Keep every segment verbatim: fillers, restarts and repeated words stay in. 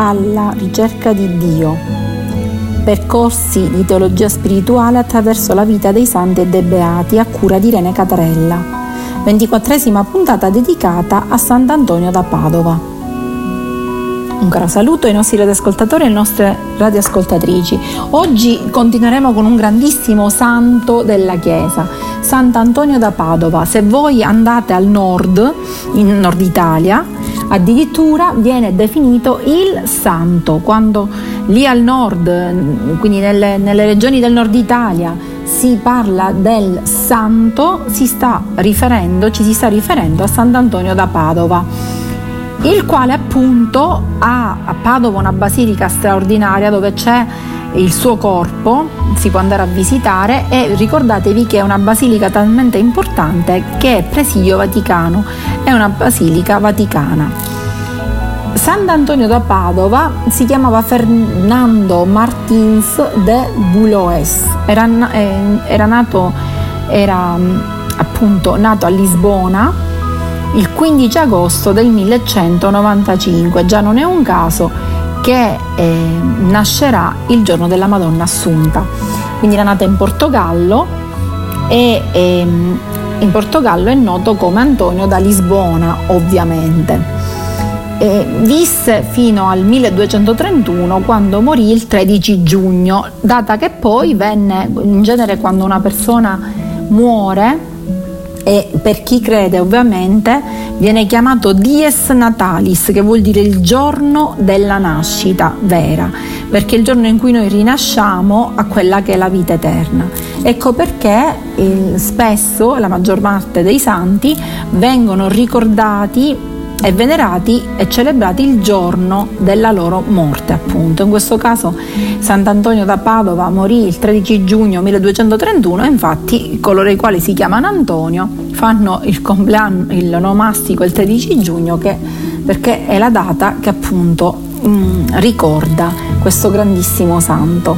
alla ricerca di Dio, percorsi di teologia spirituale attraverso la vita dei santi e dei beati a cura di Irene Catarella, ventiquattresima puntata dedicata a Sant'Antonio da Padova. Un caro saluto ai nostri radioascoltatori e alle nostre radioascoltatrici. Oggi continueremo con un grandissimo santo della Chiesa, Sant'Antonio da Padova. Se voi andate al nord, in Nord Italia, addirittura viene definito il santo. Quando lì al nord, quindi nelle, nelle regioni del Nord Italia, si parla del santo, si sta riferendo, ci si sta riferendo a Sant'Antonio da Padova, il quale appunto ha a Padova una basilica straordinaria dove c'è il suo corpo, si può andare a visitare, e ricordatevi che è una basilica talmente importante che è presidio vaticano, è una basilica vaticana. Sant'Antonio da Padova si chiamava Fernando Martins de Bouloes, era, era nato, era appunto nato a Lisbona il quindici agosto del millecentonovantacinque. Già non è un caso che eh, nascerà il giorno della Madonna Assunta. Quindi era nata in Portogallo e eh, in Portogallo è noto come Antonio da Lisbona, ovviamente. E visse fino al milleduecentotrentuno, quando morì il tredici giugno, data che poi venne, in genere quando una persona muore, e per chi crede ovviamente, viene chiamato Dies Natalis, che vuol dire il giorno della nascita vera, perché è il giorno in cui noi rinasciamo a quella che è la vita eterna. Ecco perché il, spesso la maggior parte dei santi vengono ricordati e venerati e celebrati il giorno della loro morte, appunto. In questo caso Sant'Antonio da Padova morì il tredici giugno milleduecentotrentuno, e infatti coloro i quali si chiamano Antonio fanno il compleanno, il nomastico il tredici giugno, che, perché è la data che appunto mh, ricorda questo grandissimo santo.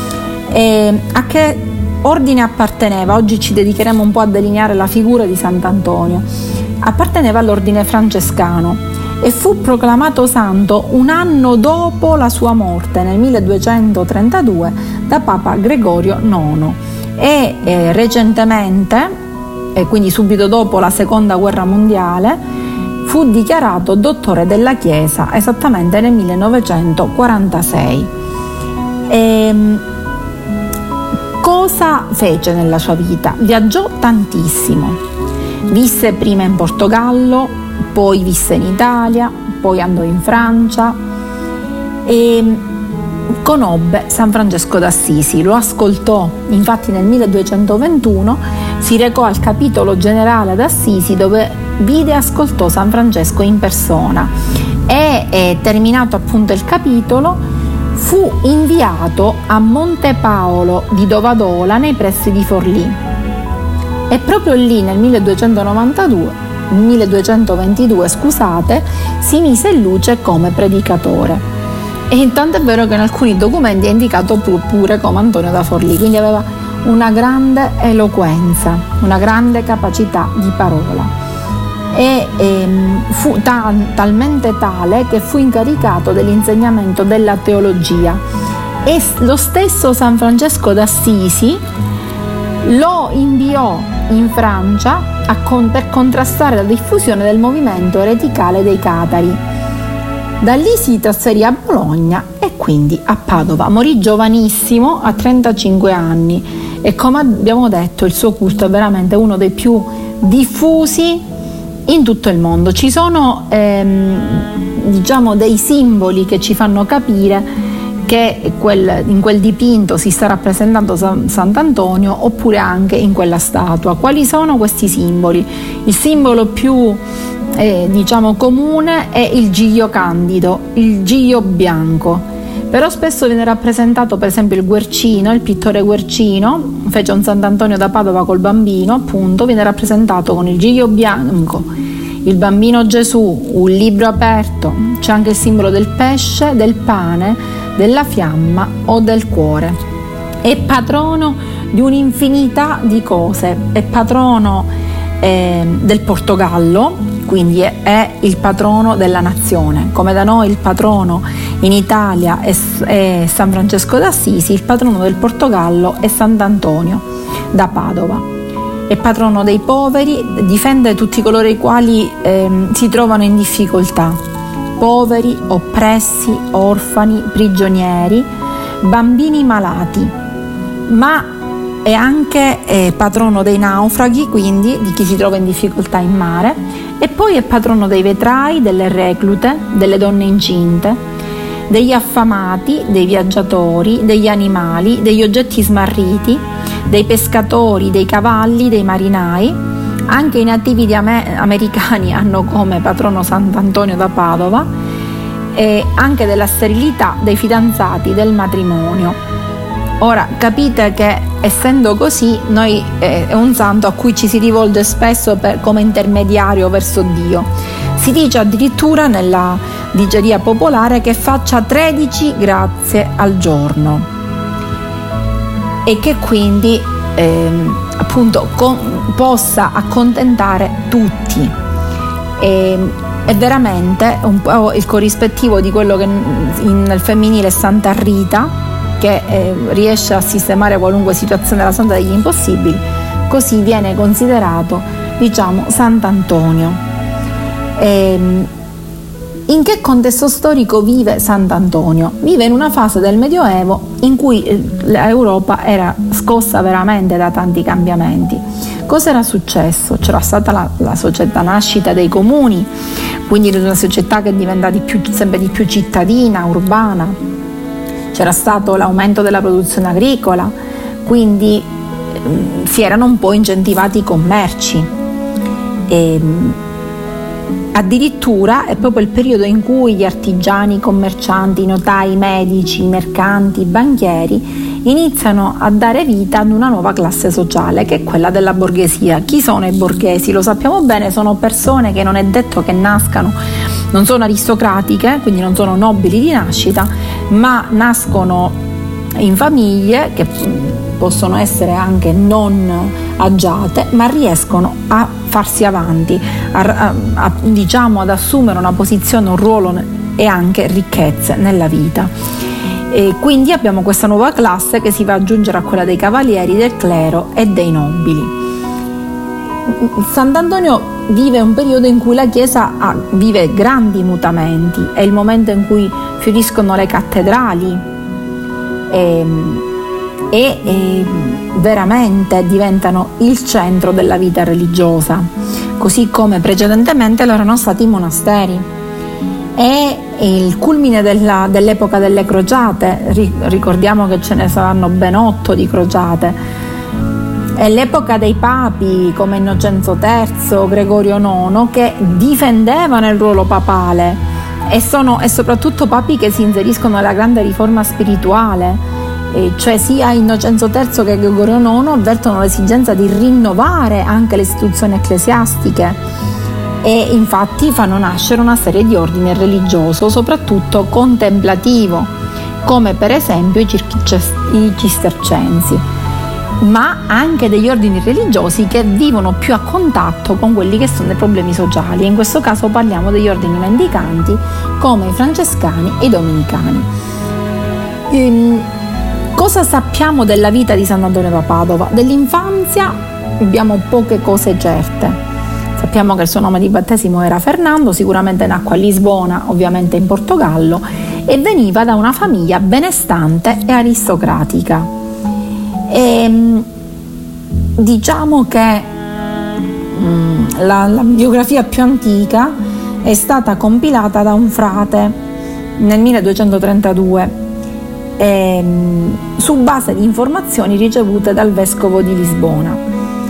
E a che ordine apparteneva? Oggi ci dedicheremo un po' a delineare la figura di Sant'Antonio. Apparteneva all'ordine francescano e fu proclamato santo un anno dopo la sua morte, nel milleduecentotrentadue, da Papa Gregorio nono, e eh, recentemente, e quindi subito dopo la seconda guerra mondiale, fu dichiarato dottore della Chiesa esattamente nel millenovecentoquarantasei. E, cosa fece nella sua vita? Viaggiò tantissimo. Visse prima in Portogallo, poi visse in Italia, poi andò in Francia e conobbe San Francesco d'Assisi, lo ascoltò. Infatti nel milleduecentoventuno si recò al capitolo generale ad Assisi, dove vide e ascoltò San Francesco in persona, e, e terminato appunto il capitolo fu inviato a Monte Paolo di Dovadola nei pressi di Forlì. E proprio lì nel milleduecentonovantadue, milleduecentoventidue scusate, si mise in luce come predicatore. E intanto è vero che in alcuni documenti è indicato pure come Antonio da Forlì, quindi aveva una grande eloquenza, una grande capacità di parola. E, e fu ta- talmente tale che fu incaricato dell'insegnamento della teologia. E lo stesso San Francesco d'Assisi lo inviò in Francia a con- per contrastare la diffusione del movimento ereticale dei catari. Da lì si trasferì a Bologna e quindi a Padova. Morì giovanissimo, a trentacinque anni, e come abbiamo detto il suo culto è veramente uno dei più diffusi in tutto il mondo. Ci sono ehm, diciamo dei simboli che ci fanno capire che quel, in quel dipinto si sta rappresentando San, Sant'Antonio, oppure anche in quella statua. Quali sono questi simboli? Il simbolo più eh, diciamo comune è il giglio candido, il giglio bianco, però spesso viene rappresentato per esempio il Guercino, il pittore Guercino fece un Sant'Antonio da Padova col bambino, appunto, viene rappresentato con il giglio bianco, il bambino Gesù, un libro aperto, c'è anche il simbolo del pesce, del pane, della fiamma o del cuore. È patrono di un'infinità di cose, è patrono eh, del Portogallo, quindi è, è il patrono della nazione. Come da noi il patrono in Italia è, è San Francesco d'Assisi, il patrono del Portogallo è Sant'Antonio da Padova. È patrono dei poveri, difende tutti coloro i quali eh, si trovano in difficoltà, poveri, oppressi, orfani, prigionieri, bambini malati, ma è anche eh, patrono dei naufraghi, quindi di chi si trova in difficoltà in mare, e poi è patrono dei vetrai, delle reclute, delle donne incinte, degli affamati, dei viaggiatori, degli animali, degli oggetti smarriti, dei pescatori, dei cavalli, dei marinai. Anche i nativi di Amer- americani hanno come patrono Sant'Antonio da Padova, e anche della sterilità, dei fidanzati, del matrimonio. Ora capite che essendo così noi eh, è un santo a cui ci si rivolge spesso per, come intermediario verso Dio. Si dice addirittura nella digeria popolare che faccia tredici grazie al giorno e che quindi eh, appunto con, possa accontentare tutti. E, è veramente un po' il corrispettivo di quello che in, nel femminile è Santa Rita, che eh, riesce a sistemare qualunque situazione della Santa degli Impossibili. Così viene considerato, diciamo, Sant'Antonio. E, in che contesto storico vive Sant'Antonio? Vive in una fase del Medioevo in cui l'Europa era scossa veramente da tanti cambiamenti. Cosa era successo? C'era stata la, la società, la nascita dei comuni, quindi una società che è diventata di più, sempre di più cittadina, urbana. C'era stato l'aumento della produzione agricola, quindi eh, si erano un po' incentivati i commerci. E, addirittura è proprio il periodo in cui gli artigiani, i commercianti, i notai, i medici, i mercanti, i banchieri iniziano a dare vita ad una nuova classe sociale, che è quella della borghesia. Chi sono i borghesi? Lo sappiamo bene, sono persone che non è detto che nascano, non sono aristocratiche, quindi non sono nobili di nascita, ma nascono in famiglie che possono essere anche non agiate, ma riescono a farsi avanti, a, a, a, diciamo ad assumere una posizione, un ruolo e anche ricchezze nella vita. E quindi abbiamo questa nuova classe che si va ad aggiungere a quella dei cavalieri, del clero e dei nobili. Sant'Antonio vive un periodo in cui la Chiesa ha, vive grandi mutamenti, è il momento in cui fioriscono le cattedrali e, e, e veramente diventano il centro della vita religiosa, così come precedentemente lo erano stati i monasteri. È il culmine della, dell'epoca delle crociate, ricordiamo che ce ne saranno ben otto di crociate. È l'epoca dei papi come Innocenzo terzo, Gregorio nono, che difendevano il ruolo papale e sono e soprattutto papi che si inseriscono nella grande riforma spirituale, e cioè sia Innocenzo terzo che Gregorio nono avvertono l'esigenza di rinnovare anche le istituzioni ecclesiastiche e infatti fanno nascere una serie di ordini religioso, soprattutto contemplativo, come per esempio i, i cistercensi, ma anche degli ordini religiosi che vivono più a contatto con quelli che sono i problemi sociali. In questo caso parliamo degli ordini mendicanti come i francescani e i domenicani. Ehm, cosa sappiamo della vita di Sant'Antonio da Padova? Dell'infanzia abbiamo poche cose certe. Sappiamo che il suo nome di battesimo era Fernando, sicuramente nacque a Lisbona, ovviamente in Portogallo, e veniva da una famiglia benestante e aristocratica. E, diciamo che mh, la, la biografia più antica è stata compilata da un frate nel milleduecentotrentadue e, mh, su base di informazioni ricevute dal vescovo di Lisbona.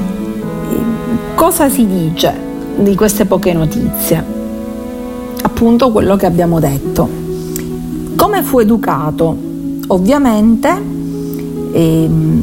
Cosa si dice di queste poche notizie? Appunto quello che abbiamo detto. Come fu educato? Ovviamente, ehm,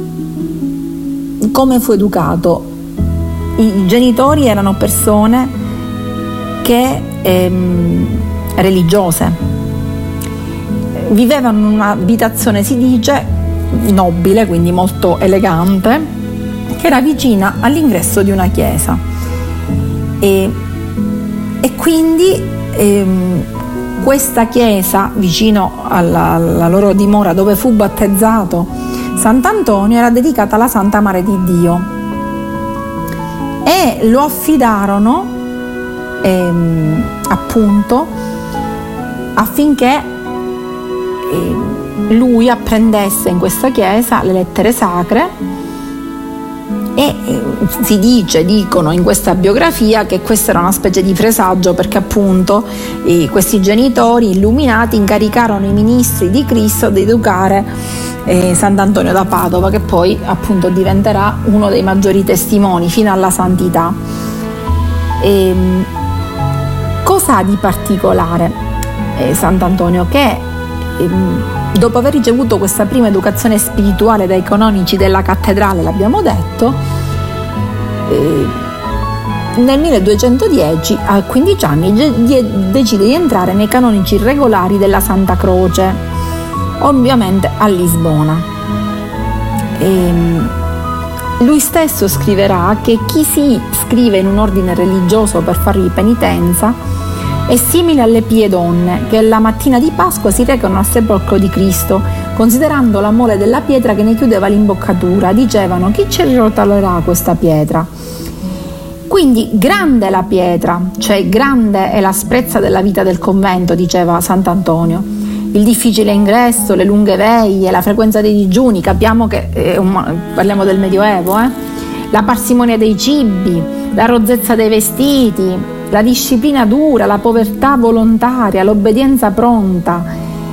come fu educato? I genitori erano persone che ehm, religiose, vivevano in un'abitazione, si dice, nobile, quindi molto elegante, che era vicina all'ingresso di una chiesa, e E quindi ehm, questa chiesa, vicino alla, alla loro dimora dove fu battezzato Sant'Antonio, era dedicata alla Santa Madre di Dio, e lo affidarono ehm, appunto affinché eh, lui apprendesse in questa chiesa le lettere sacre. E eh, si dice, dicono in questa biografia, che questa era una specie di presagio, perché appunto eh, questi genitori illuminati incaricarono i ministri di Cristo di educare eh, Sant'Antonio da Padova, che poi appunto diventerà uno dei maggiori testimoni fino alla santità. E, cosa ha di particolare eh, Sant'Antonio? Che eh, dopo aver ricevuto questa prima educazione spirituale dai canonici della cattedrale, l'abbiamo detto, eh, nel milleduecentodieci, a quindici anni, decide di entrare nei canonici regolari della Santa Croce, ovviamente a Lisbona. E lui stesso scriverà che chi si iscrive in un ordine religioso per fargli penitenza è simile alle pie donne che la mattina di Pasqua si recano al sepolcro di Cristo, considerando la mole della pietra che ne chiudeva l'imboccatura. Dicevano: chi ci rirotolerà questa pietra? Quindi grande è la pietra, cioè grande è l'asprezza della vita del convento, diceva Sant'Antonio. Il difficile ingresso, le lunghe veglie, la frequenza dei digiuni, capiamo che è un, parliamo del Medioevo, eh? La parsimonia dei cibi, la rozzezza dei vestiti, la disciplina dura, la povertà volontaria, l'obbedienza pronta.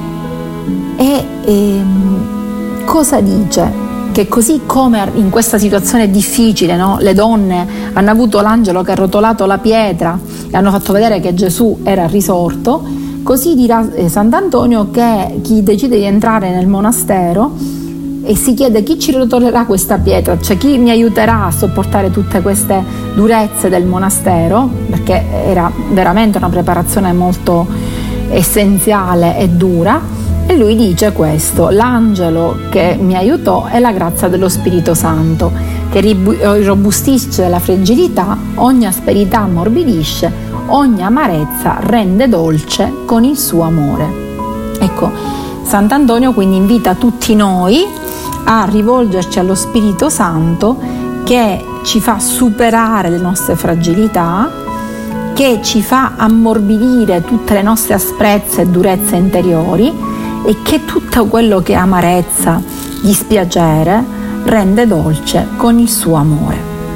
E ehm, cosa dice? Che così come in questa situazione difficile, no, le donne hanno avuto l'angelo che ha rotolato la pietra e hanno fatto vedere che Gesù era risorto, così dirà eh, Sant'Antonio che chi decide di entrare nel monastero e si chiede: chi ci rotolerà questa pietra, cioè chi mi aiuterà a sopportare tutte queste durezze del monastero, perché era veramente una preparazione molto essenziale e dura. E lui dice questo: l'angelo che mi aiutò è la grazia dello Spirito Santo, che irrobustisce la fragilità, ogni asperità ammorbidisce, ogni amarezza rende dolce con il suo amore. Ecco, Sant'Antonio quindi invita tutti noi a rivolgerci allo Spirito Santo, che ci fa superare le nostre fragilità, che ci fa ammorbidire tutte le nostre asprezze e durezze interiori, e che tutto quello che è amarezza, dispiacere, rende dolce con il suo amore.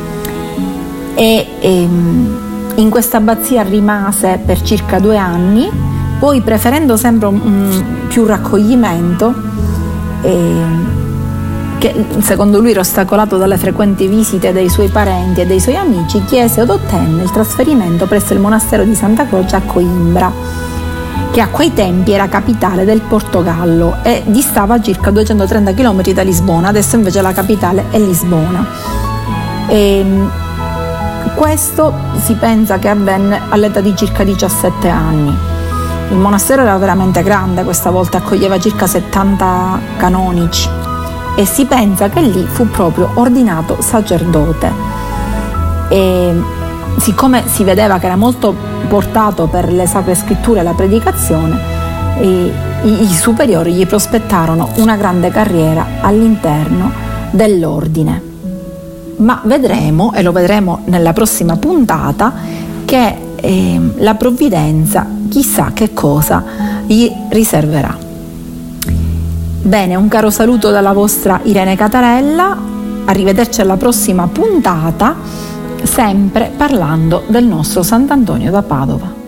E, e in questa abbazia rimase per circa due anni, poi preferendo sempre un, più raccoglimento, e, che secondo lui era ostacolato dalle frequenti visite dei suoi parenti e dei suoi amici, chiese ed ottenne il trasferimento presso il monastero di Santa Croce a Coimbra, che a quei tempi era capitale del Portogallo e distava circa duecentotrenta chilometri da Lisbona. Adesso invece la capitale è Lisbona. E questo si pensa che avvenne all'età di circa diciassette anni. Il monastero era veramente grande, questa volta accoglieva circa settanta canonici, e si pensa che lì fu proprio ordinato sacerdote. E siccome si vedeva che era molto portato per le sacre scritture e la predicazione, i, i, i superiori gli prospettarono una grande carriera all'interno dell'ordine. Ma vedremo, e lo vedremo nella prossima puntata, che eh, la provvidenza chissà che cosa gli riserverà. Bene, un caro saluto dalla vostra Irene Catarella, arrivederci alla prossima puntata, sempre parlando del nostro Sant'Antonio da Padova.